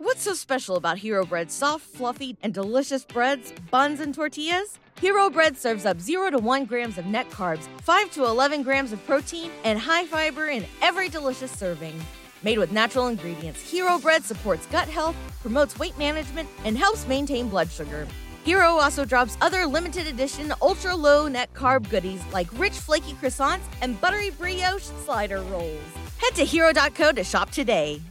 What's so special about Hero Bread's soft, fluffy, and delicious breads, buns, and tortillas? Hero Bread serves up 0 to 1 grams of net carbs, 5 to 11 grams of protein, and high fiber in every delicious serving. Made with natural ingredients, Hero Bread supports gut health, promotes weight management, and helps maintain blood sugar. Hero also drops other limited edition ultra-low net carb goodies like rich flaky croissants and buttery brioche slider rolls. Head to hero.co to shop today.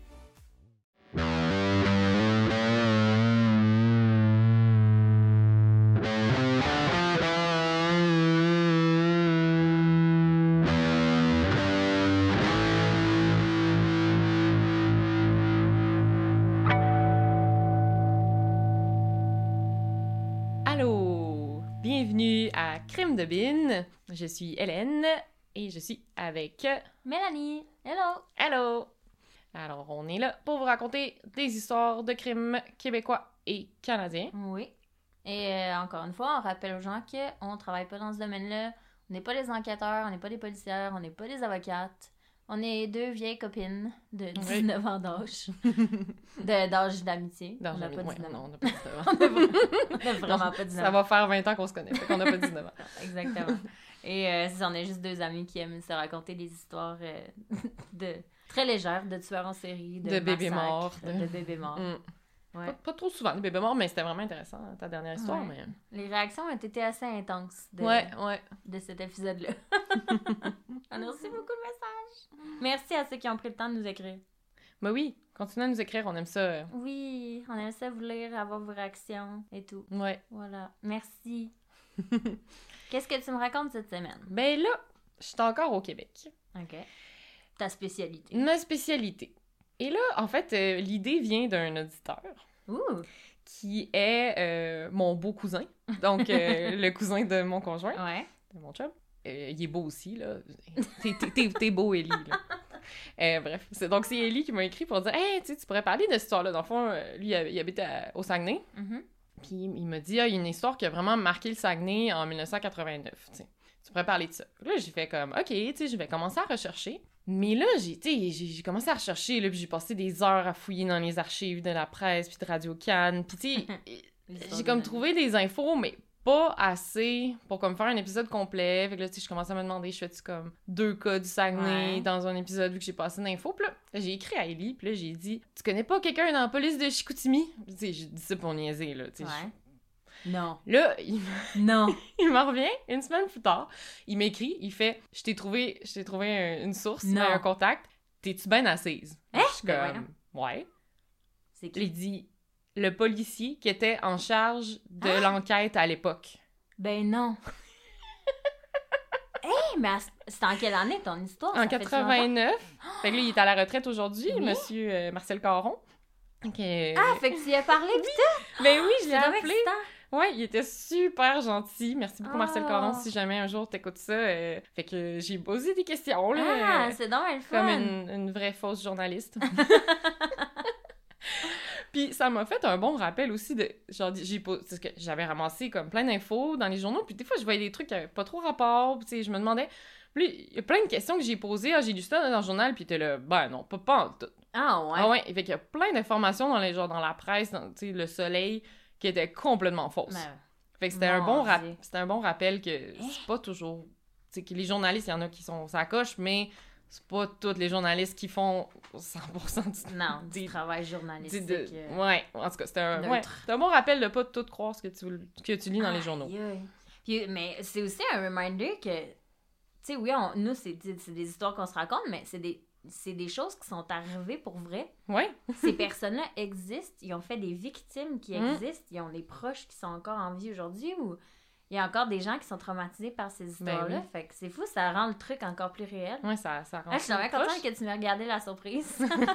Bienvenue à Crime de Bin. Je suis Hélène et je suis avec Mélanie. Hello! Hello! Alors, on est là pour vous raconter des histoires de crimes québécois et canadiens. Oui. Et encore une fois, on rappelle aux gens qu'on travaille pas dans ce domaine-là. On n'est pas des enquêteurs, on n'est pas des policières, on n'est pas des avocates. On est deux vieilles copines de 19 ans d'âge. D'âge d'amitié. On n'a pas 19 ans. Non, on n'a pas 19 ans. On n'a vraiment pas 19 ans. Ça va faire 20 ans qu'on se connaît, fait qu'on n'a pas 19 ans. Exactement. Et on est juste deux amis qui aiment se raconter des histoires très légères de tueurs en série, de bébés morts. De bébés morts. Ouais. Pas trop souvent des bébés morts, mais c'était vraiment intéressant, ta dernière histoire. Ouais. Mais... Les réactions ont été assez intenses de cet épisode-là. On a reçu beaucoup de messages. Merci à ceux qui ont pris le temps de nous écrire. Ben oui, continuez à nous écrire, on aime ça. Oui, on aime ça vous lire, avoir vos réactions et tout. Ouais. Voilà, merci. Qu'est-ce que tu me racontes cette semaine? Ben là, je suis encore au Québec. OK. Ta spécialité. Ma spécialité. Et là, en fait, l'idée vient d'un auditeur. Ouh! Qui est mon beau cousin. Donc, le cousin de mon conjoint. Ouais. De mon chum. Il est beau aussi, là. T'es beau, Élie, là. Bref, c'est Élie qui m'a écrit pour dire « Hey, tu pourrais parler de cette histoire-là. » Dans le fond, lui, il habite au Saguenay. Mm-hmm. Puis il m'a dit « Ah, il y a une histoire qui a vraiment marqué le Saguenay en 1989. » Tu pourrais parler de ça. Là, j'ai fait comme « OK, je vais commencer à rechercher. » Mais là, j'ai commencé à rechercher, là, puis j'ai passé des heures à fouiller dans les archives de la presse, puis de Radio-Can, puis tu sais, j'ai comme trouvé des infos, mais pas assez pour comme faire un épisode complet. Fait que là, tu sais, je commençais à me demander, je fais-tu comme 2 cas du Saguenay dans un épisode vu que j'ai pas assez d'infos? Puis là, j'ai écrit à Ellie, puis là, j'ai dit « Tu connais pas quelqu'un dans la police de Chicoutimi? » Tu sais, j'ai dit ça pour niaiser, là, tu sais. Non. Là, Non. il me revient une semaine plus tard. Il m'écrit, il fait « Je t'ai trouvé une source, un contact. T'es-tu bien assise? » Je suis comme « Ouais. » C'est qui? Il dit « Le policier qui était en charge de l'enquête à l'époque. » Ben non. Mais c'est en quelle année ton histoire? En 89. Fait que là, il est à la retraite aujourd'hui, monsieur Marcel Caron. Okay. Fait que tu y as parlé, pis tout? Ben oui, je l'ai appelé. Excitant. Ouais, il était super gentil. Merci beaucoup, Marcel Caron, si jamais un jour t'écoutes ça. Fait que j'ai posé des questions, là. C'est donc le fun. Comme une vraie fausse journaliste. Puis ça m'a fait un bon rappel aussi de... Genre, parce que j'avais ramassé comme plein d'infos dans les journaux, puis des fois, je voyais des trucs qui n'avaient pas trop rapport, puis tu sais, je me demandais... Puis il y a plein de questions que j'ai posées. J'ai lu ça dans le journal, puis t'es là, ben non, pas en tout. Ah ouais? Ah ouais, fait qu'il y a plein d'informations dans la presse, tu sais, Le Soleil, qui étaient complètement fausses. Fait que c'était un bon rappel que c'est pas toujours... Tu sais, que les journalistes, il y en a qui sont ça coche, mais c'est pas tous les journalistes qui font 100% du travail journalistique. Ouais, en tout cas, c'était un bon rappel de pas tout croire ce que tu lis dans les journaux. Puis, mais c'est aussi un reminder que, tu sais, oui, nous, c'est des histoires qu'on se raconte, mais c'est des choses qui sont arrivées pour vrai. Ouais. Ces personnes-là existent, ils ont fait des victimes qui existent, ils ont des proches qui sont encore en vie aujourd'hui, ou il y a encore des gens qui sont traumatisés par ces histoires-là. Ben oui. Fait que c'est fou, ça rend le truc encore plus réel. Ouais, ça rend je suis vraiment contente que tu m'aies regardé la surprise.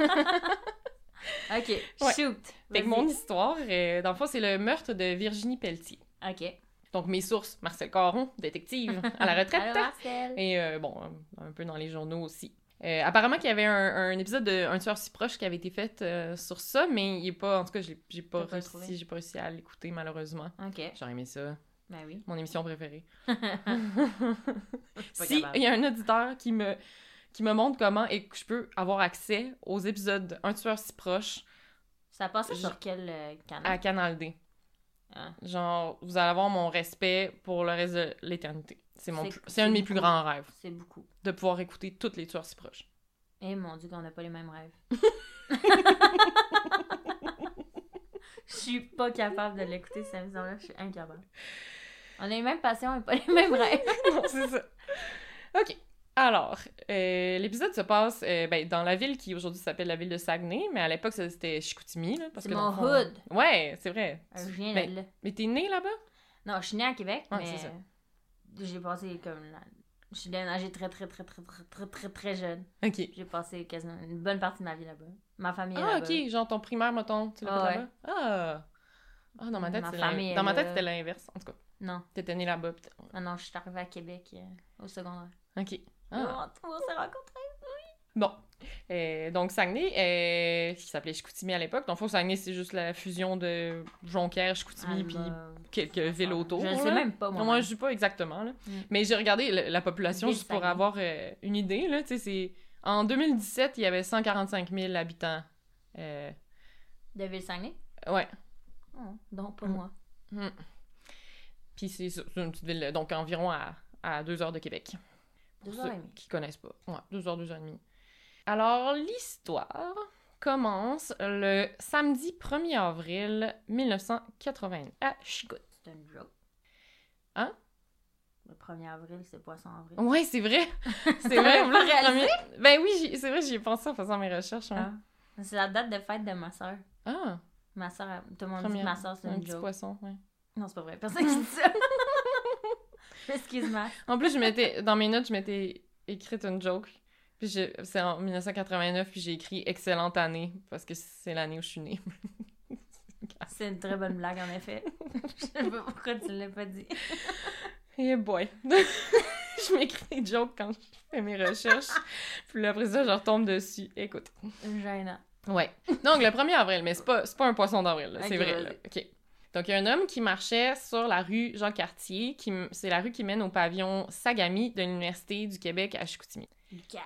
OK, shoot! Fait que mon histoire, dans le fond, c'est le meurtre de Virginie Pelletier. OK. Donc, mes sources, Marcel Caron, détective à la retraite. Allô, Marcel! Et bon, un peu dans les journaux aussi. Apparemment qu'il y avait un épisode de Un tueur si proche qui avait été fait sur ça, mais il est pas... En tout cas, j'ai pas réussi à l'écouter, malheureusement. OK. J'aurais aimé ça. Ben oui. Mon émission préférée. Si il y a un auditeur qui me montre comment et que je peux avoir accès aux épisodes de Un tueur si proche, Ça passe sur quel canal? À Canal D. Ah. Genre, vous allez avoir mon respect pour le reste de l'éternité. C'est un de mes plus beaucoup. grands rêves. C'est beaucoup. De pouvoir écouter toutes les tueurs si proches. Eh mon Dieu, qu'on n'a pas les mêmes rêves. Je suis pas capable de l'écouter, cette émission-là. Je suis incapable. On a les mêmes passions, mais pas les mêmes rêves. Non, c'est ça. OK. Alors, l'épisode se passe dans la ville qui aujourd'hui s'appelle la ville de Saguenay, mais à l'époque, c'était Chicoutimi. Là, parce C'est que mon dans le fond- hood. Ouais, c'est vrai. Je viens Mais- de là. Mais t'es né là-bas? Non, je suis née à Québec, Ouais, mais c'est ça. j'ai passé comme... Je suis déménagée très jeune. OK. J'ai passé quasiment une bonne partie de ma vie là-bas. Ma famille est Ah, là-bas. OK. Genre ton primaire, mettons, tu l'as Ah, fait là-bas? Ah! Ah, dans ma tête, Ma c'est famille est dans ma tête, là. c'était l'inverse. En tout cas, Non. t'étais né là-bas. Non, je suis arrivée à Québec au secondaire. OK. Ah. On s'est rencontrés. Bon. Donc, Saguenay, qui s'appelait Chicoutimi à l'époque. Donc, Saguenay, c'est juste la fusion de Jonquière, Chicoutimi, puis quelques villes autour. Je ne là. sais même pas, moi. Moi, je sais pas exactement. Là. Mm. Mais j'ai regardé la population Ville juste pour Saguenay. avoir une idée. Là, en 2017, il y avait 145 000 habitants. De Ville-Saguenay? Ouais. Oh, donc, pas Mm. moi. Mm. Puis c'est ça, c'est une petite ville, donc environ à 2 heures de Québec. Pour 2 heures et ceux demie. qui connaissent pas. Ouais, 2 heures, 2 heures et demie. Alors, l'histoire commence le samedi 1er avril 1980 à Chicout. C'est une joke. Hein? Le 1er avril, c'est Poisson avril. Ouais, c'est vrai. C'est T'avais vrai. pas le réalisé? Ben oui, c'est vrai, j'y ai pensé en faisant mes recherches. Ouais. Ah. C'est la date de fête de ma soeur. Ah, Ma soeur, tout le monde dit que ma soeur, c'est un une petit joke. poisson, ouais. Non, c'est pas vrai. Personne qui dit ça. Excuse-moi. En plus, dans mes notes, je m'étais écrite une joke. Puis c'est en 1989, puis j'ai écrit « Excellente année », parce que c'est l'année où je suis née. C'est une très bonne blague, en effet. Je sais pas pourquoi tu l'as pas dit. Eh boy! Je m'écris des jokes quand je fais mes recherches. Puis là, après ça, je retombe dessus. Écoute. Gênant. Ouais. Donc, le 1er avril, mais c'est pas un poisson d'avril, là. C'est Ok, vrai, vas-y. là. OK. Donc, il y a un homme qui marchait sur la rue Jean-Cartier, c'est la rue qui mène au pavillon Sagami de l'Université du Québec à Chicoutimi. Du cac.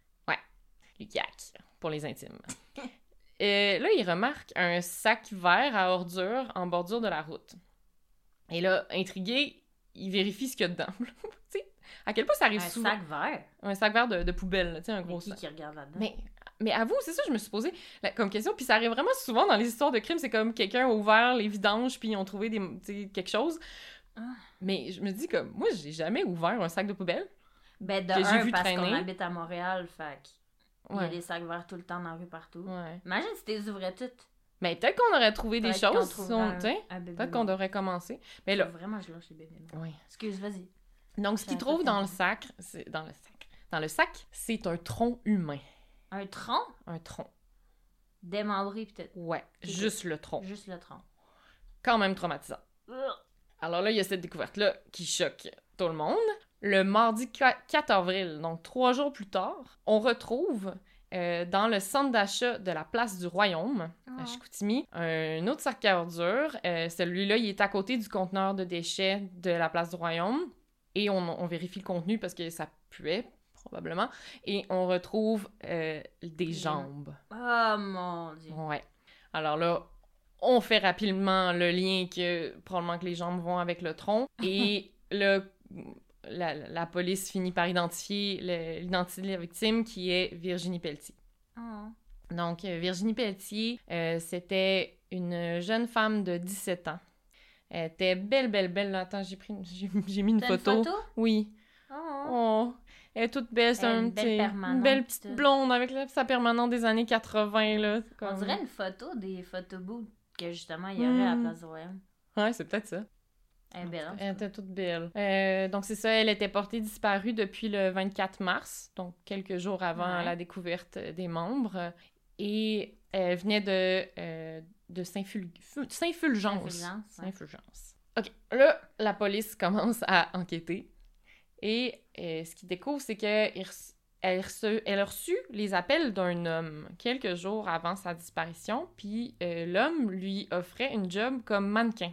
l'UQAC, pour les intimes. Là, il remarque un sac vert à ordures en bordure de la route. Et là, intrigué, il vérifie ce qu'il y a dedans. Tu sais, à quel point ça arrive Un souvent. sac vert? Un sac vert de poubelle, tu sais, un Mais gros qui sac. qui regarde là-dedans? Mais avoue, c'est ça que je me suis posé comme question. Puis ça arrive vraiment souvent dans les histoires de crimes. C'est comme quelqu'un a ouvert les vidanges puis ils ont trouvé quelque chose. Ah. Mais je me dis comme, moi, j'ai jamais ouvert un sac de poubelle. Ben, de que j'ai vu parce traîner. qu'on habite à Montréal, fait qu'il y a Ouais. des sacs verts tout le temps dans la rue partout. Ouais. Imagine si t'es ouvrais toutes. Mais peut-être qu'on aurait trouvé des Peut-être qu'on choses. trouverait tu sais. un bébé Peut-être qu'on mort. devrait commencer. Mais Faut là, vraiment, je lâche les bébés morts. oui. Excuse, vas-y. Donc, ce qu'il J'avais trouve pas dans le compris. sac, dans le sac, c'est un tronc humain. Un tronc? Un tronc. Démembré, peut-être. Ouais, Ok. juste le tronc. Juste le tronc. Quand même traumatisant. Alors là, il y a cette découverte-là qui choque tout le monde. Le mardi 4 avril, donc 3 jours plus tard, on retrouve dans le centre d'achat de la place du Royaume, à Chicoutimi, un autre sac à ordures. Celui-là, il est à côté du conteneur de déchets de la place du Royaume. Et on vérifie le contenu parce que ça puait, probablement. Et on retrouve des jambes. Oh mon Dieu. Ouais. Alors là, on fait rapidement le lien que probablement que les jambes vont avec le tronc. Et la police finit par identifier l'identité de la victime qui est Virginie Pelletier. Oh. Donc, Virginie Pelletier, c'était une jeune femme de 17 ans. Elle était belle. Là. Attends, j'ai mis une T'as photo. Oui. Oh. Oh, elle est toute belle. C'est Elle a une belle une permanente, belle petite tout. blonde avec sa permanente des années 80. Là, On comme... dirait une photo des photobooths que justement il y aurait à la place du Royaume. Ouais, c'est peut-être ça. Elle est belle, en tout Elle cas. était toute belle. Donc, c'est ça, elle était portée disparue depuis le 24 mars, donc quelques jours avant Ouais. la découverte des membres. Et elle venait de Saint-Fulgence. Saint-Fulgence, ouais. Saint-Fulgence. OK. Là, la police commence à enquêter. Et ce qu'ils découvrent, c'est qu'elle a reçu les appels d'un homme quelques jours avant sa disparition. Puis l'homme lui offrait une job comme mannequin.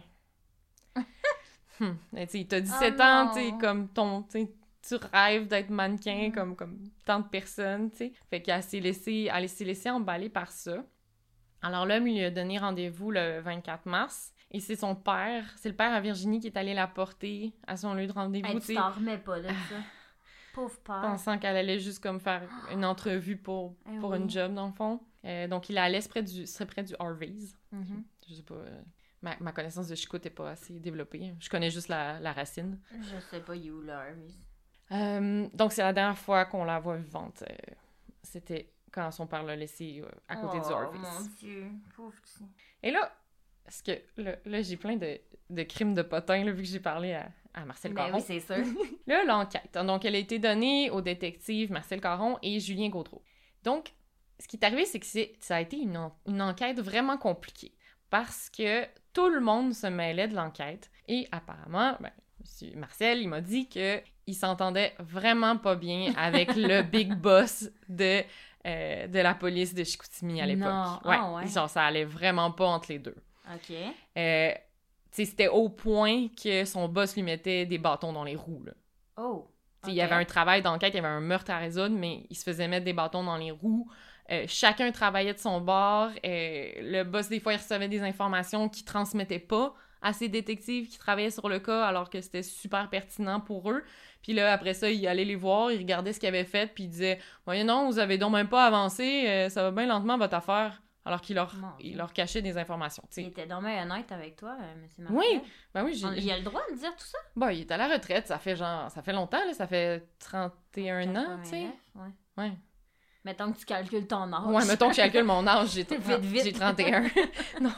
Tu t'as 17 ans, non. tu sais, comme tu rêves d'être mannequin comme tant de personnes, tu sais. Fait qu'elle s'est laissée emballer par ça. Alors l'homme lui a donné rendez-vous le 24 mars. Et c'est son père, c'est le père à Virginie qui est allé la porter à son lieu de rendez-vous. Hey, tu t'en remets pas de ça. Pauvre père. Pensant qu'elle allait juste comme faire une entrevue pour une job, dans le fond. Donc, il allait serait près du Harvey's. Je sais pas... ma connaissance de Chicout n'est pas assez développée. Je connais juste la racine. Je sais pas, il est où le Harvey's. Donc, c'est la dernière fois qu'on la voit vivante. C'était quand son père l'a laissée à côté du Harvey's. Oh mon Dieu, pauvre petit. Et là, parce que là j'ai plein de crimes de potins, là, vu que j'ai parlé à Marcel Caron. Ben oui, c'est sûr. Là, l'enquête. Donc, elle a été donnée aux détectives Marcel Caron et Julien Gaudreau. Donc, ce qui est arrivé, c'est que ça a été une enquête vraiment compliquée. Parce que tout le monde se mêlait de l'enquête. Et apparemment, M. Marcel, il m'a dit qu'il s'entendait vraiment pas bien avec le big boss de la police de Chicoutimi à l'époque. Non. Ouais. Ah ouais. Genre, ça allait vraiment pas entre les deux. OK. C'était au point que son boss lui mettait des bâtons dans les roues, là. Oh. Il y avait un travail d'enquête, il y avait un meurtre à résoudre, mais il se faisait mettre des bâtons dans les roues. Chacun travaillait de son bord. Le boss, des fois, il recevait des informations qu'il transmettait pas à ses détectives qui travaillaient sur le cas, alors que c'était super pertinent pour eux. Puis là, après ça, il allait les voir, il regardait ce qu'ils avaient fait, puis il disait « Voyez, non, vous avez donc même pas avancé, ça va bien lentement, votre affaire. » Alors qu'il leur cachait des informations, tu sais. Il était donc bien honnête avec toi, M. Marcel. Oui, ben oui, Il a le droit de dire tout ça? Bon, il est à la retraite, ça fait longtemps, là, ça fait 31 ans, tu sais. Ouais. Mettons que tu calcules ton âge. Ouais, mettons que je calcule mon âge, j'ai 31. Non.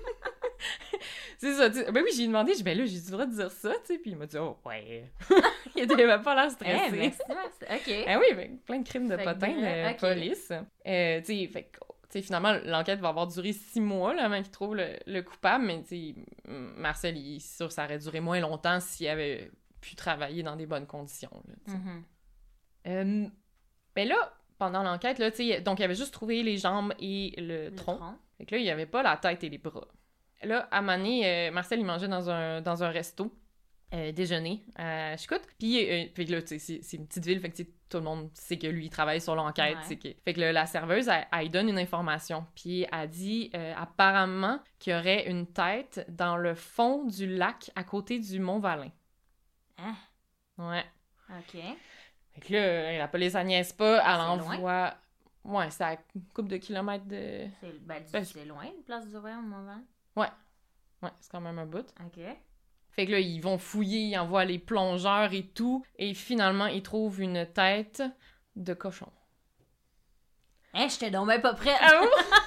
C'est ça, tu sais. Ben oui, j'ai demandé, j'ai le droit de dire ça, tu sais, puis il m'a dit « Oh, ouais. » Il avait pas l'air stressé. Merci. OK. Ah oui, ben, plein de crimes de potins de police. Tu sais, finalement, l'enquête va avoir duré 6 mois là, avant qu'il trouve le coupable, mais tu sais, Marcel, il est sûr que ça aurait duré moins longtemps s'il avait pu travailler dans des bonnes conditions. Là, mais là, pendant l'enquête, là, tu sais, donc il avait juste trouvé les jambes et le tronc. Fait que là, il n'y avait pas la tête et les bras. Là, à un moment donné, Marcel, il mangeait dans un resto. Déjeuner à Chicout. Puis là, tu sais, c'est une petite ville, fait que tout le monde sait que lui, il travaille sur l'enquête. Ouais. Fait que la serveuse, elle lui donne une information. Puis elle dit apparemment qu'il y aurait une tête dans le fond du lac à côté du Mont-Valin. Hein? Ouais. OK. Fait que là, la police, elle niaise pas, elle envoie... Loin? Ouais, c'est à une couple de kilomètres de... C'est loin, une place du Royaume, Mont-Valin? Ouais, c'est quand même un bout. OK. Fait que là, ils vont fouiller, ils envoient les plongeurs et tout, et finalement, ils trouvent une tête de cochon. Hein, j'étais donc même pas prête! Ah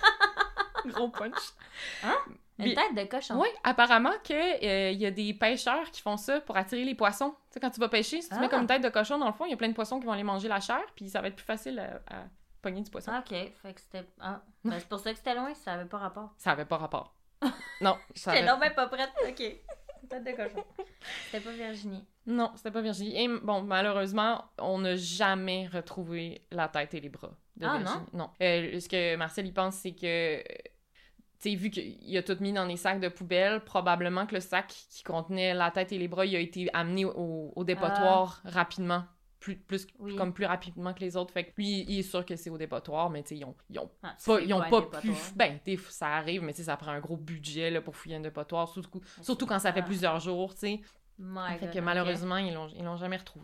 oui? Gros punch. Hein? Une tête de cochon? Oui, apparemment que y a des pêcheurs qui font ça pour attirer les poissons. Tu sais, quand tu vas pêcher, si tu mets comme une tête de cochon dans le fond, il y a plein de poissons qui vont aller manger la chair, puis ça va être plus facile à pogner du poisson. OK, fait que c'était... Ah, ben c'est pour ça que c'était loin, ça avait pas rapport. Ça avait pas rapport. Non. J'étais donc même pas prête, OK. Tête de cochon. C'était pas Virginie. Non, c'était pas Virginie. Et bon, malheureusement, on n'a jamais retrouvé la tête et les bras de Virginie. Non. Ce que Marcel y pense, c'est que, tu sais, vu qu'il a tout mis dans des sacs de poubelle, probablement que le sac qui contenait la tête et les bras, il a été amené au dépotoir rapidement. Comme plus rapidement que les autres. Fait que lui, il est sûr que c'est au dépotoir, mais tu sais, ils ont pas pu... Ben, ça arrive, mais tu sais, ça prend un gros budget là, pour fouiller un dépotoir, surtout quand ça fait plusieurs jours, tu sais. Fait que malheureusement, ils l'ont jamais retrouvé.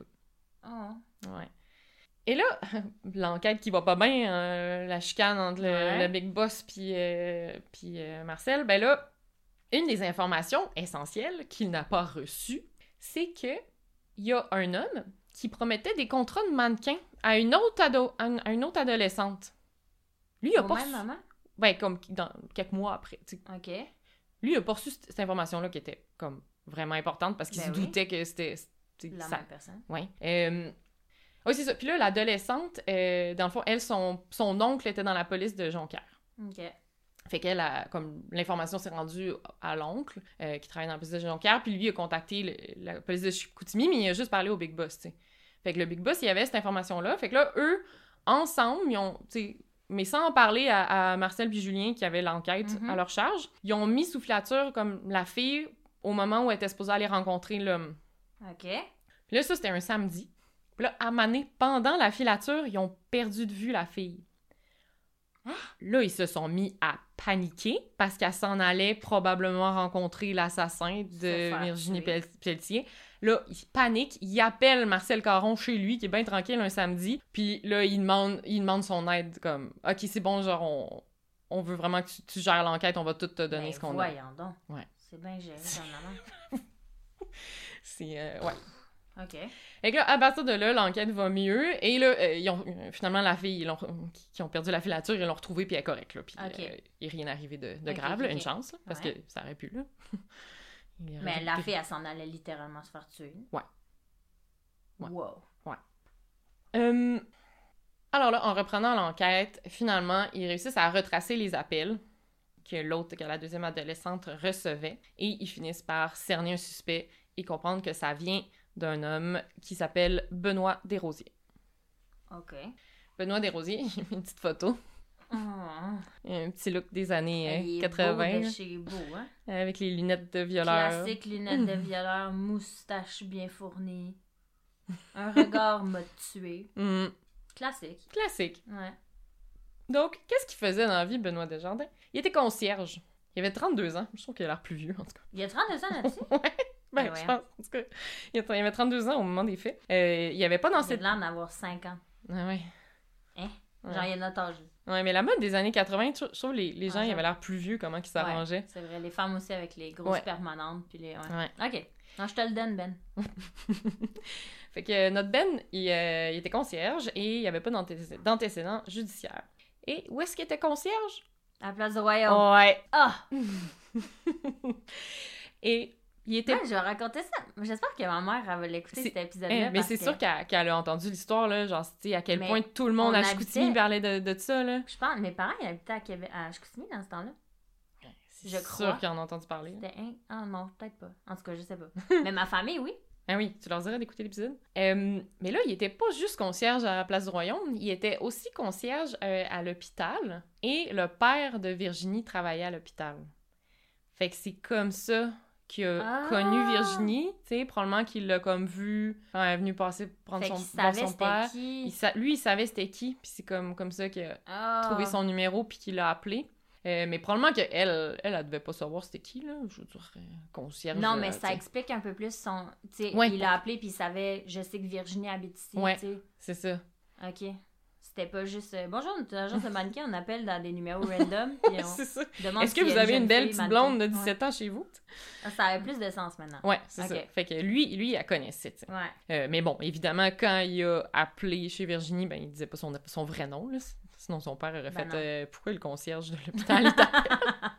Oh. Ouais. Et là, l'enquête qui va pas bien, la chicane entre le Big Boss puis Marcel, ben là, une des informations essentielles qu'il n'a pas reçues, c'est que il y a un homme qui promettait des contrats de mannequin à une autre adolescente. Lui, il a pas reçu... maman? Ben, comme dans quelques mois après, tu sais. OK. Lui, il a pas reçu cette information-là qui était, comme, vraiment importante parce qu'il se doutait que c'était... La même personne. Oui. Oui, c'est ça. Puis là, l'adolescente, dans le fond, elle, son oncle était dans la police de Jonquière. OK. Fait qu'elle a, comme, l'information s'est rendue à l'oncle, qui travaille dans la police de Jonquière, puis lui a contacté la police de Chicoutimi, mais il a juste parlé au Big Boss, tu sais. Fait que le Big Boss, il avait cette information-là. Fait que là, eux, ensemble, ils ont, tu sais, mais sans en parler à Marcel puis Julien, qui avaient l'enquête à leur charge, ils ont mis sous filature, comme, la fille, au moment où elle était supposée aller rencontrer l'homme. OK. Puis là, ça, c'était un samedi. Puis là, à un moment donné, pendant la filature, ils ont perdu de vue la fille. Là, ils se sont mis à paniquer parce qu'elle s'en allait probablement rencontrer l'assassin de Virginie Pelletier. Là, il panique, il appelle Marcel Caron chez lui, qui est bien tranquille un samedi, puis là, il demande son aide, comme « Ok, c'est bon, genre, on veut vraiment que tu gères l'enquête, on va tout te donner ce qu'on a. » Voyons donc. Ouais. C'est bien géré, comme C'est, ouais. OK. Et là, à partir de là, l'enquête va mieux. Et là, finalement, la fille, qui ont perdu la filature, ils l'ont retrouvée, puis elle est correcte. Là, puis il n'est rien arrivé de grave, là, une chance, là, parce que ça aurait pu. Là. Mais la fille, elle s'en allait littéralement se faire tuer. Ouais. Wow. Ouais. Alors là, en reprenant l'enquête, finalement, ils réussissent à retracer les appels que la deuxième adolescente recevait. Et ils finissent par cerner un suspect et comprendre que ça vient d'un homme qui s'appelle Benoît Desrosiers. OK. Benoît Desrosiers, j'ai mis une petite photo. Oh. Un petit look des années 80. Beau de chez beau, hein? Avec les lunettes de violeur. Classique lunettes de violeur, moustache bien fournie. Un regard m'a tué. Classique. Classique. Ouais. Donc, qu'est-ce qu'il faisait dans la vie, Benoît Desjardins? Il était concierge. Il avait 32 ans. Je trouve qu'il a l'air plus vieux, en tout cas. Il y a 32 ans là-dessus? Ouais. Ben, je pense. En tout cas, il avait 32 ans au moment des faits. Il avait pas dans cette... Il a l'air d'avoir 5 ans. Ah ouais. Hein? Ouais. Genre, il y a notre âge. Ouais, mais la mode des années 80, je trouve les gens, ils avaient l'air plus vieux, comment ils s'arrangeaient. Ouais, c'est vrai. Les femmes aussi avec les grosses permanentes. Puis les... Ouais. OK. Non, je te le donne, Ben. Fait que notre Ben, il était concierge et il n'y avait pas d'antécédent judiciaire. Et où est-ce qu'il était concierge? À la place du Royaume. Ouais. Ah! Et il était... Ouais, je vais raconter ça. J'espère que ma mère, elle va l'écouter, cet épisode-là. Mais c'est sûr qu'elle a entendu l'histoire, là, genre, tu sais, à quel point tout le monde à Chicoutimi parlait de ça, là. Je pense, mes parents, ils habitaient à Chicoutimi dans ce temps-là. Je crois. Sûr qu'ils en ont entendu parler. Ah non, peut-être pas. En tout cas, je sais pas. Mais ma famille, oui. Ah oui, tu leur dirais d'écouter l'épisode. Mais là, il était pas juste concierge à la Place du Royaume, il était aussi concierge à l'hôpital, et le père de Virginie travaillait à l'hôpital. Fait que c'est comme ça qu'il a connu Virginie, tu sais, probablement qu'il l'a comme vu quand elle est venue passer prendre voir son père. Qui? Lui, il savait c'était qui, puis c'est comme ça qu'il a trouvé son numéro puis qu'il l'a appelé. Mais probablement qu'elle devait pas savoir c'était qui, là. Je veux dire, concierge. Non, mais ça explique un peu plus son... Tu sais, il l'a appelé, puis il savait, je sais que Virginie habite ici, ouais, tu sais. C'est ça. OK. C'était pas juste, bonjour, notre agence de mannequin, on appelle dans des numéros random, puis on c'est ça. demande est-ce que vous avez une belle petite blonde de 17 ans chez vous? Ça avait plus de sens maintenant. Ouais, c'est ça. Fait que lui, elle connaissait, tu sais. Ouais. Mais bon, évidemment, quand il a appelé chez Virginie, ben, il disait pas son vrai nom, là. Sinon, son père aurait fait pourquoi le concierge de l'hôpital est appelé?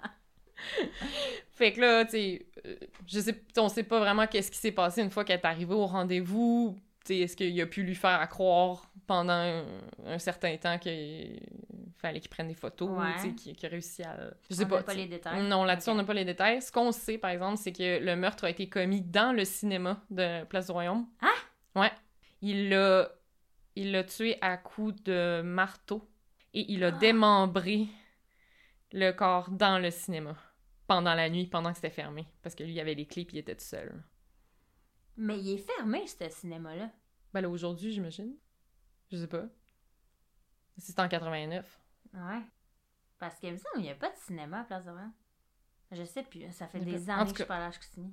Fait que là, tu sais, on sait pas vraiment qu'est-ce qui s'est passé une fois qu'elle est arrivée au rendez-vous. Tu sais, est-ce qu'il a pu lui faire croire pendant un certain temps qu'il fallait qu'il prenne des photos, tu sais, qu'il a réussi à... Je sais pas. On n'a pas les détails. Non, là-dessus, on n'a pas les détails. Ce qu'on sait, par exemple, c'est que le meurtre a été commis dans le cinéma de Place du Royaume. Ah? Ouais. Il l'a tué à coups de marteau. Et il a démembré le corps dans le cinéma pendant la nuit, pendant que c'était fermé. Parce que lui, il avait les clés puis il était tout seul. Mais il est fermé, ce cinéma-là. Ben là, aujourd'hui, j'imagine. Je sais pas. C'était en 89. Ouais. Parce qu'il me semble qu'il n'y a pas de cinéma à Place de Royaume. Je sais plus. Ça fait des années que je parle à Chicoutimi.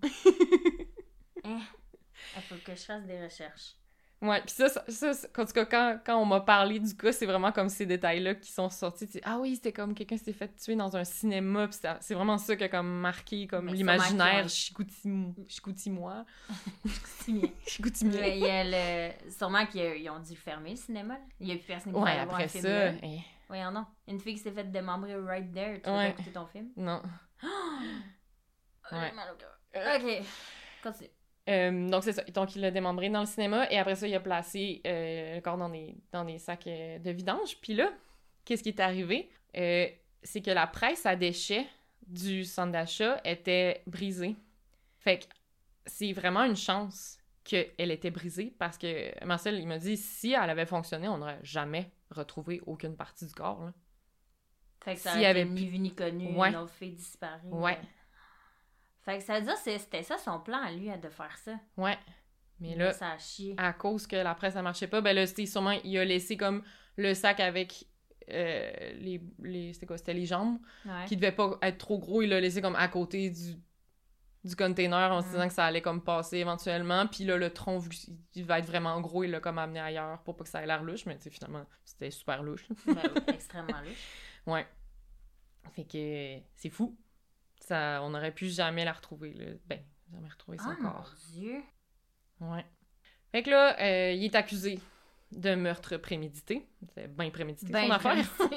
Il faut que je fasse des recherches. Ouais, pis ça, en tout cas, quand on m'a parlé du cas, c'est vraiment comme ces détails-là qui sont sortis. Ah oui, c'était comme quelqu'un s'est fait tuer dans un cinéma, pis c'est vraiment ça qui a comme marqué comme l'imaginaire chicoutimois. Chicoutimier. Mais il y a sûrement qu'ils ont dû fermer le cinéma. Il y a plus personne qui ouais, après ça. Là. Voyons non. Une fille qui s'est fait démembrer right there. Tu veux pas écouter ton film? Non. Ouais. Mal au cœur. OK. Continue. Donc c'est ça, donc il l'a démembré dans le cinéma et après ça il a placé le corps dans des sacs de vidange. Puis là, qu'est-ce qui est arrivé? C'est que la presse à déchets du centre d'achat était brisée. Fait que c'est vraiment une chance qu'elle était brisée parce que Marcel, il m'a dit si elle avait fonctionné, on n'aurait jamais retrouvé aucune partie du corps. Là. Fait que ça aurait été ni vu ni connu, une autre fille disparue. Ouais. Fait que ça veut dire que c'était ça son plan à lui, de faire ça. Ouais. Mais là, ça a chié. À cause que la presse, ça marchait pas, ben là, c'était sûrement, il a laissé comme le sac avec c'était quoi? C'était les jambes, Ouais. qui devaient pas être trop gros. Il l'a laissé comme à côté du container en se disant que ça allait comme passer éventuellement. Puis là, le tronc, vu qu'il va être vraiment gros, il l'a comme amené ailleurs pour pas que ça ait l'air louche. Mais tu sais, finalement, c'était super louche. Ben oui, extrêmement louche. Ouais. Fait que c'est fou. Ça, on aurait pu jamais la retrouver, là. Ben, jamais retrouver son corps. Mon Dieu! Ouais. Fait que là, il est accusé de meurtre prémédité. C'est bien prémédité, son affaire.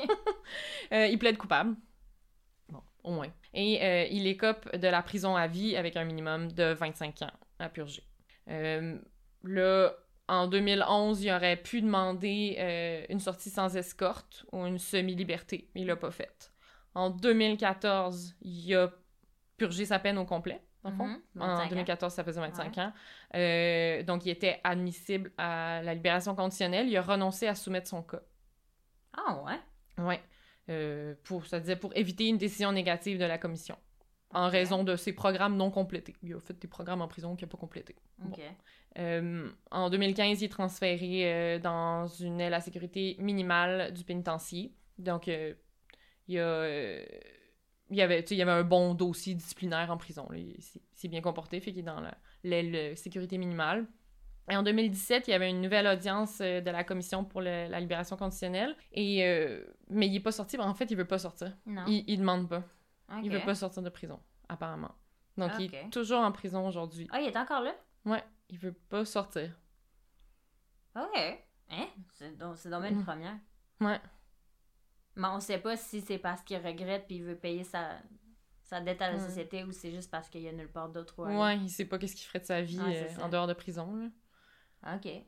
Il plaide coupable. Bon, au moins. Et il écope de la prison à vie avec un minimum de 25 ans à purger. Là, en 2011, il aurait pu demander une sortie sans escorte ou une semi-liberté, mais il l'a pas faite. En 2014, il a purgé sa peine au complet, dans le fond. En 2014, ça faisait 25 ans. Donc, il était admissible à la libération conditionnelle. Il a renoncé à soumettre son cas. Ah ouais? Ouais. Ça disait pour éviter une décision négative de la commission. En raison de ses programmes non complétés. Il a fait des programmes en prison qu'il n'a pas complétés. OK. Bon. En 2015, il est transféré dans une aile à sécurité minimale du pénitencier. Donc, il y avait un bon dossier disciplinaire en prison. Là. Il s'est bien comporté, fait qu'il est dans l'aile sécurité minimale. Et en 2017, il y avait une nouvelle audience de la commission pour la libération conditionnelle. Mais il n'est pas sorti. En fait, il veut pas sortir. Non. Il demande pas. OK. Il veut pas sortir de prison, apparemment. Donc, il est Ok. toujours en prison aujourd'hui. Ah, il est encore là? Ouais, il veut pas sortir. OK. Hein? C'est donc une première. Ouais. Mais on sait pas si c'est parce qu'il regrette puis il veut payer sa dette à la société ou c'est juste parce qu'il y a nulle part d'autre où aller. Ouais, il sait pas qu'est-ce qu'il ferait de sa vie en dehors de prison, là. OK.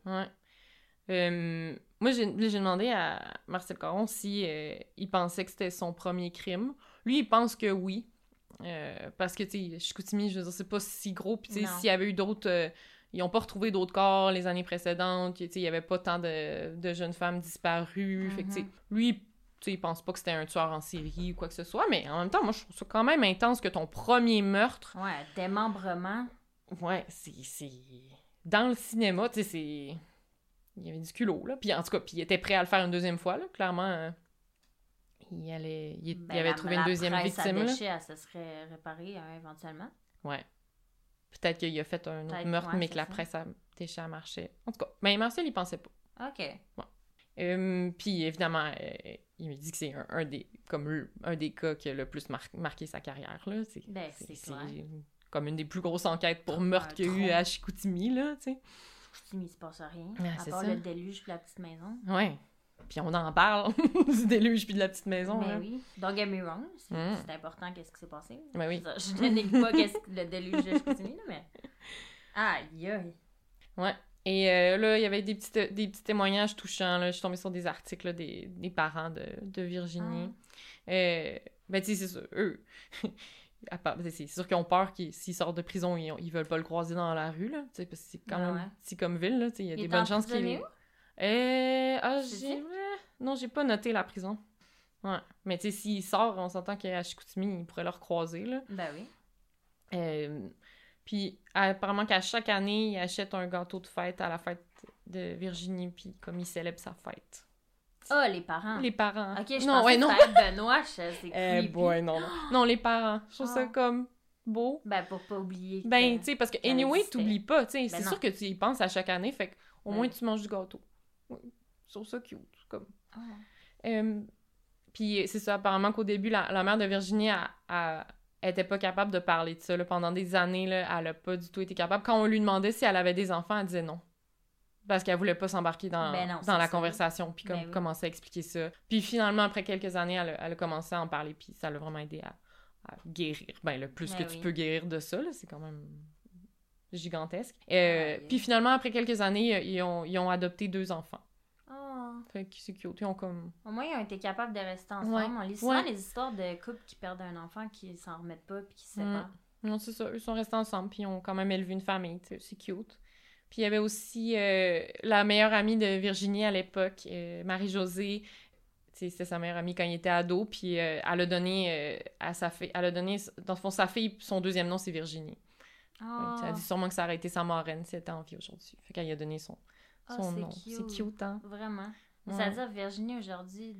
Ouais. Moi, j'ai demandé à Marcel Caron si il pensait que c'était son premier crime. Lui, il pense que oui. Parce que, tu sais, Chicoutimi, je veux dire, c'est pas si gros. Puis, tu sais, Non. s'il y avait eu d'autres... ils ont pas retrouvé d'autres corps les années précédentes. Tu sais, il y avait pas tant de jeunes femmes disparues. Fait que, tu sais, lui, tu sais, il pense pas que c'était un tueur en série ou quoi que ce soit. Mais en même temps, moi, je trouve ça quand même intense que ton premier meurtre... Ouais, démembrement. Ouais, c'est... Dans le cinéma, tu sais, c'est... Il y avait du culot, là. Puis en tout cas, puis il était prêt à le faire une deuxième fois, là. Clairement, il avait trouvé une deuxième victime, là. La déchet, elle se serait réparée éventuellement. Ouais. Peut-être qu'il a fait un autre Peut-être, meurtre, ouais, mais que c'est la ça. presse à déchet marchait. En tout cas, mais Marcel, il pensait pas. OK. Puis évidemment, il me dit que c'est un des cas qui a le plus marqué sa carrière, là. C'est Ben, c'est clair. comme une des plus grosses enquêtes pour meurtre qu'il y a eu à Chicoutimi, là, tu sais. Il se passe rien. Ah, à c'est part ça. le déluge puis la petite maison. Ouais. Puis on en parle du déluge puis de la petite maison, Mais là. oui. Don't get me wrong. C'est important qu'est-ce qui s'est passé. Ben oui. Je ne nique pas le déluge de Chicoutimi, là, mais... Aïe, aïe. Ouais. Et là, il y avait des petits témoignages touchants. Là. Je suis tombée sur des articles là, des parents de Virginie. Ben, tu sais, c'est sûr, eux... c'est sûr qu'ils ont peur s'ils sortent de prison, ils veulent pas le croiser dans la rue, là. Tu sais, parce que c'est quand même petit comme ville, là. Tu sais, il y a des bonnes chances qu'il... Non, j'ai pas noté la prison. Ouais. Mais tu sais, s'il sort, on s'entend qu'à Chicoutimi, il pourrait le recroiser, là. Ben oui. Puis apparemment qu'à chaque année, il achète un gâteau de fête à la fête de Virginie, puis comme il célèbre sa fête. Ah, les parents. Les parents. Ok, je non, pensais que non. c'était Benoît, c'est creepy. Boy, non. Non, les parents. Je trouve ça comme beau. Ben, pour pas oublier que... Ben, tu sais, parce que anyway, existait. t'oublies pas, tu sais. Ben C'est non. sûr que tu y penses à chaque année, fait qu'au Ben moins oui. tu manges du gâteau. Ouais. Je trouve ça cute, comme... Ah. Puis c'est ça, apparemment qu'au début, la mère de Virginie était pas capable de parler de ça. Là. Pendant des années, là, elle a pas du tout été capable. Quand on lui demandait si elle avait des enfants, elle disait non. Parce qu'elle voulait pas s'embarquer dans la ça. conversation, puis Ben oui. commencer à expliquer ça. Puis finalement, après quelques années, elle a commencé à en parler, puis ça l'a vraiment aidé à guérir. Ben, le plus Ben que tu oui. peux guérir de ça, là, c'est quand même gigantesque. Aïe. Puis finalement, après quelques années, ils ont adopté 2 enfants. Oh. Fait que c'est cute. Ils ont comme... Au moins, ils ont été capables de rester ensemble. Ouais. On lit souvent Ouais. les histoires de couples qui perdent un enfant, qui s'en remettent pas, puis qui se séparent. Non, c'est ça. Eux sont restés ensemble, puis ils ont quand même élevé une famille. Tu sais, c'est cute. Puis il y avait aussi la meilleure amie de Virginie à l'époque, Marie-Josée. Tu sais, c'était sa meilleure amie quand il était ado, puis elle a donné à sa fille... Elle a donné... Dans le fond, sa fille, son deuxième nom, c'est Virginie. Oh. Elle a dit sûrement que ça aurait été sa marraine si elle était en vie aujourd'hui. Fait qu'elle y a donné son c'est nom. cute. C'est cute, hein? Vraiment. Ouais. C'est-à-dire, Virginie, aujourd'hui,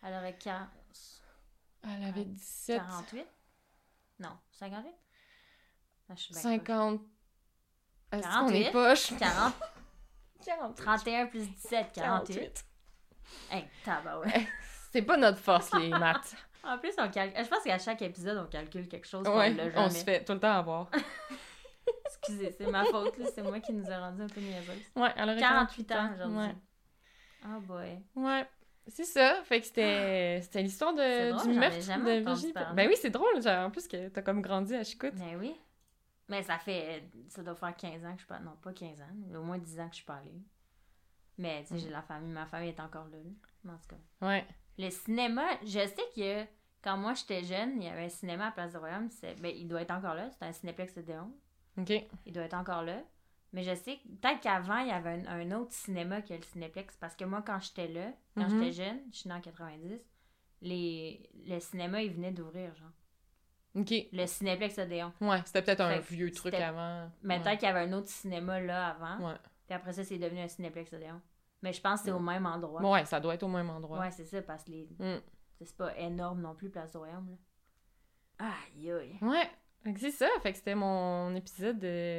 Elle aurait Elle avait 17. 48? Non, 58? Ah, je suis bien 50. Est-ce 48? qu'on est poche? 40. 48. 31 plus 17, 48. Hey, tabarouette. C'est pas notre force, les maths. En plus, je pense qu'à chaque épisode, on calcule quelque chose. Ouais, l'a on jamais. se fait tout le temps avoir. Excusez, c'est ma faute, là. C'est moi qui nous a rendu un peu niaiseuses. Ouais, elle aurait 48 ans aujourd'hui. Ouais. Oh boy. Ouais. C'est ça. Fait que c'était l'histoire C'est drôle, du j'en ai meurtre jamais de entendu Virginie. parler. Ben oui, c'est drôle. En plus, que t'as comme grandi à Chicoute. Mais oui. Mais ça doit faire 15 ans que je suis pas... Non, pas 15 ans. Mais au moins 10 ans que je suis pas allée. Mais, tu sais, j'ai la famille. Ma famille est encore là. Mais en tout cas. Ouais. Le cinéma, je sais que quand moi j'étais jeune, il y avait un cinéma à Place du Royaume. Il doit être encore là. C'est un cinéplex de Déon. OK. Il doit être encore là. Mais je sais que peut-être qu'avant, il y avait un autre cinéma que le cinéplex. Parce que moi, quand j'étais là, quand j'étais jeune, je suis née en 90, le cinéma, il venait d'ouvrir, genre. OK. Le cinéplex Odéon. Ouais, c'était peut-être un Fait que vieux truc c'était- avant. Mais Ouais. peut-être qu'il y avait un autre cinéma là avant. Ouais. Puis après ça, c'est devenu un cinéplex Odéon. Mais je pense que c'est au même endroit. Bon, ouais, ça doit être au même endroit. Ouais, c'est ça, parce que c'est pas énorme non plus, Place du Royaume, là. Aïe, aïe. Ouais. Fait que c'est ça. Fait que c'était mon épisode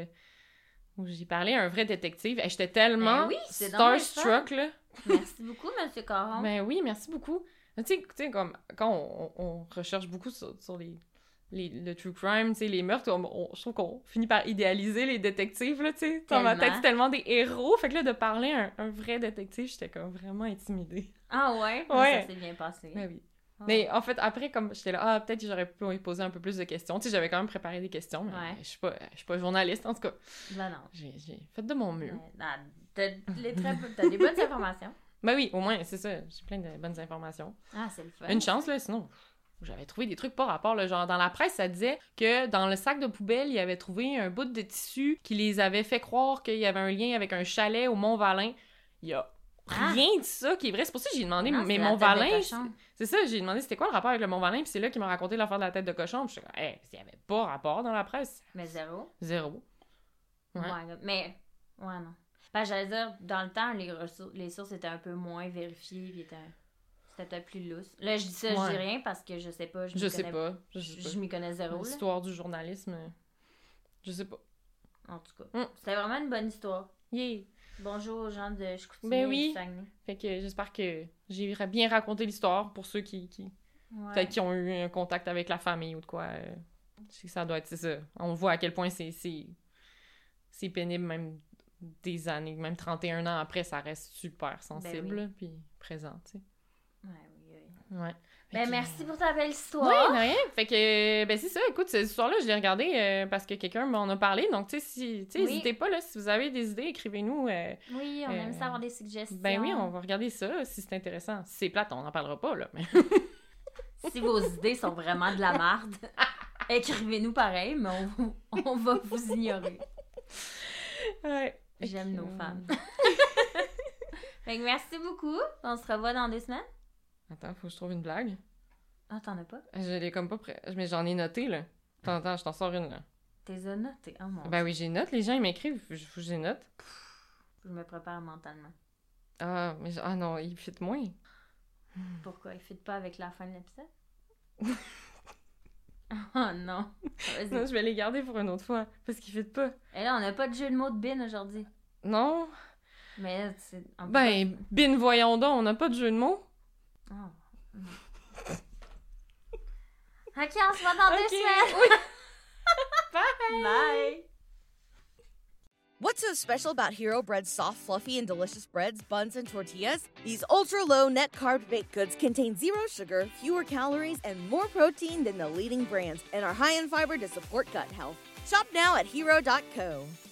où j'ai parlé à un vrai détective. Et j'étais tellement Ben oui, c'est donc bien starstruck, là. Merci beaucoup, Monsieur Caron. Ben oui, merci beaucoup. Tu sais, comme quand on recherche beaucoup sur le true crime, tu sais, les meurtres, je trouve qu'on finit par idéaliser les détectives, là, tu sais. Dans ma tête, c'est tellement des héros. Fait que là, de parler à un vrai détective, j'étais comme vraiment intimidée. Ah ouais? Ouais. Ça s'est bien passé. Ben oui. Oh. Mais en fait, après, comme j'étais là, peut-être que j'aurais pu lui poser un peu plus de questions. Tu sais, j'avais quand même préparé des questions, mais Ouais. je suis pas journaliste, en tout cas. Ben non. J'ai fait de mon mieux. T'as des bonnes informations. Ben oui, au moins, c'est ça. J'ai plein de bonnes informations. Ah, c'est le fun. Une chance, là, sinon... J'avais trouvé des trucs pas rapport, là, genre dans la presse, ça disait que dans le sac de poubelle, il avait trouvé un bout de tissu qui les avait fait croire qu'il y avait un lien avec un chalet au Mont-Valin. Il y a rien de ça qui est vrai. C'est pour ça que j'ai demandé, Non, mais c'est la Mont-Valin, tête de cochon. c'est ça, j'ai demandé c'était quoi le rapport avec le Mont-Valin, puis c'est là qu'il m'a raconté l'affaire de la tête de cochon, puis je suis comme, s'il y avait pas rapport dans la presse. Mais zéro. Zéro. Ouais. Ouais, mais... Ouais, non. Ben, j'allais dire, dans le temps, les sources étaient un peu moins vérifiées, puis c'était peut-être plus lousse. Là, je dis ça, je dis rien, parce que je sais pas. Je sais pas. Je m'y connais zéro, là. L'histoire du journalisme, je sais pas. En tout cas. C'était vraiment une bonne histoire. Yeah! Bonjour aux gens de Chicoutimi Ben oui. et du Saguenay. Fait que j'espère que j'ai bien raconté l'histoire pour ceux qui Ouais. peut-être qui ont eu un contact avec la famille ou de quoi. Je sais que ça doit être, c'est ça. On voit à quel point c'est pénible, même des années, même 31 ans après, ça reste super sensible, Ben oui. puis présent, tu sais. Ouais. Ouais. Fait Ben, que- merci pour ta belle histoire. Oui, rien. Fait que, ben c'est ça, écoute, cette histoire-là, je l'ai regardée parce que quelqu'un m'en a parlé, donc tu sais, Oui. n'hésitez pas, là, si vous avez des idées, écrivez-nous. Oui, on aime ça avoir des suggestions. Ben oui, on va regarder ça, si c'est intéressant. Si c'est plate, on n'en parlera pas, là, mais... Si vos idées sont vraiment de la merde, écrivez-nous pareil, mais on va vous ignorer. Ouais. J'aime nos fans. Fait que merci beaucoup. On se revoit dans 2 semaines. Attends, faut que je trouve une blague. Ah, t'en as pas? Je l'ai comme pas prêt. Mais j'en ai noté, là. Attends, je t'en sors une, là. T'es noté. Oh mon Ben oui, j'ai note. Les gens, ils m'écrivent. Faut que j'ai note. Je me prépare mentalement. Ah, mais... Ah non, il fit moins. Pourquoi? Il fit pas avec la fin de l'épisode? Oh non. Vas-y. Non, je vais les garder pour une autre fois. Parce qu'ils fit pas. Et là, on n'a pas de jeu de mots de bin aujourd'hui. Non? Mais c'est... on peut Ben, bin, voyons donc, on n'a pas de jeu de mots. pas- Oh. Ok, on se voit dans 2 Ok, semaines. oui. Bye! Bye. What's so special about Hero Bread's soft, fluffy, and delicious breads, buns, and tortillas? These ultra-low net-carb baked goods contain 0 sugar, fewer calories, and more protein than the leading brands, and are high in fiber to support gut health. Shop now at Hero.co.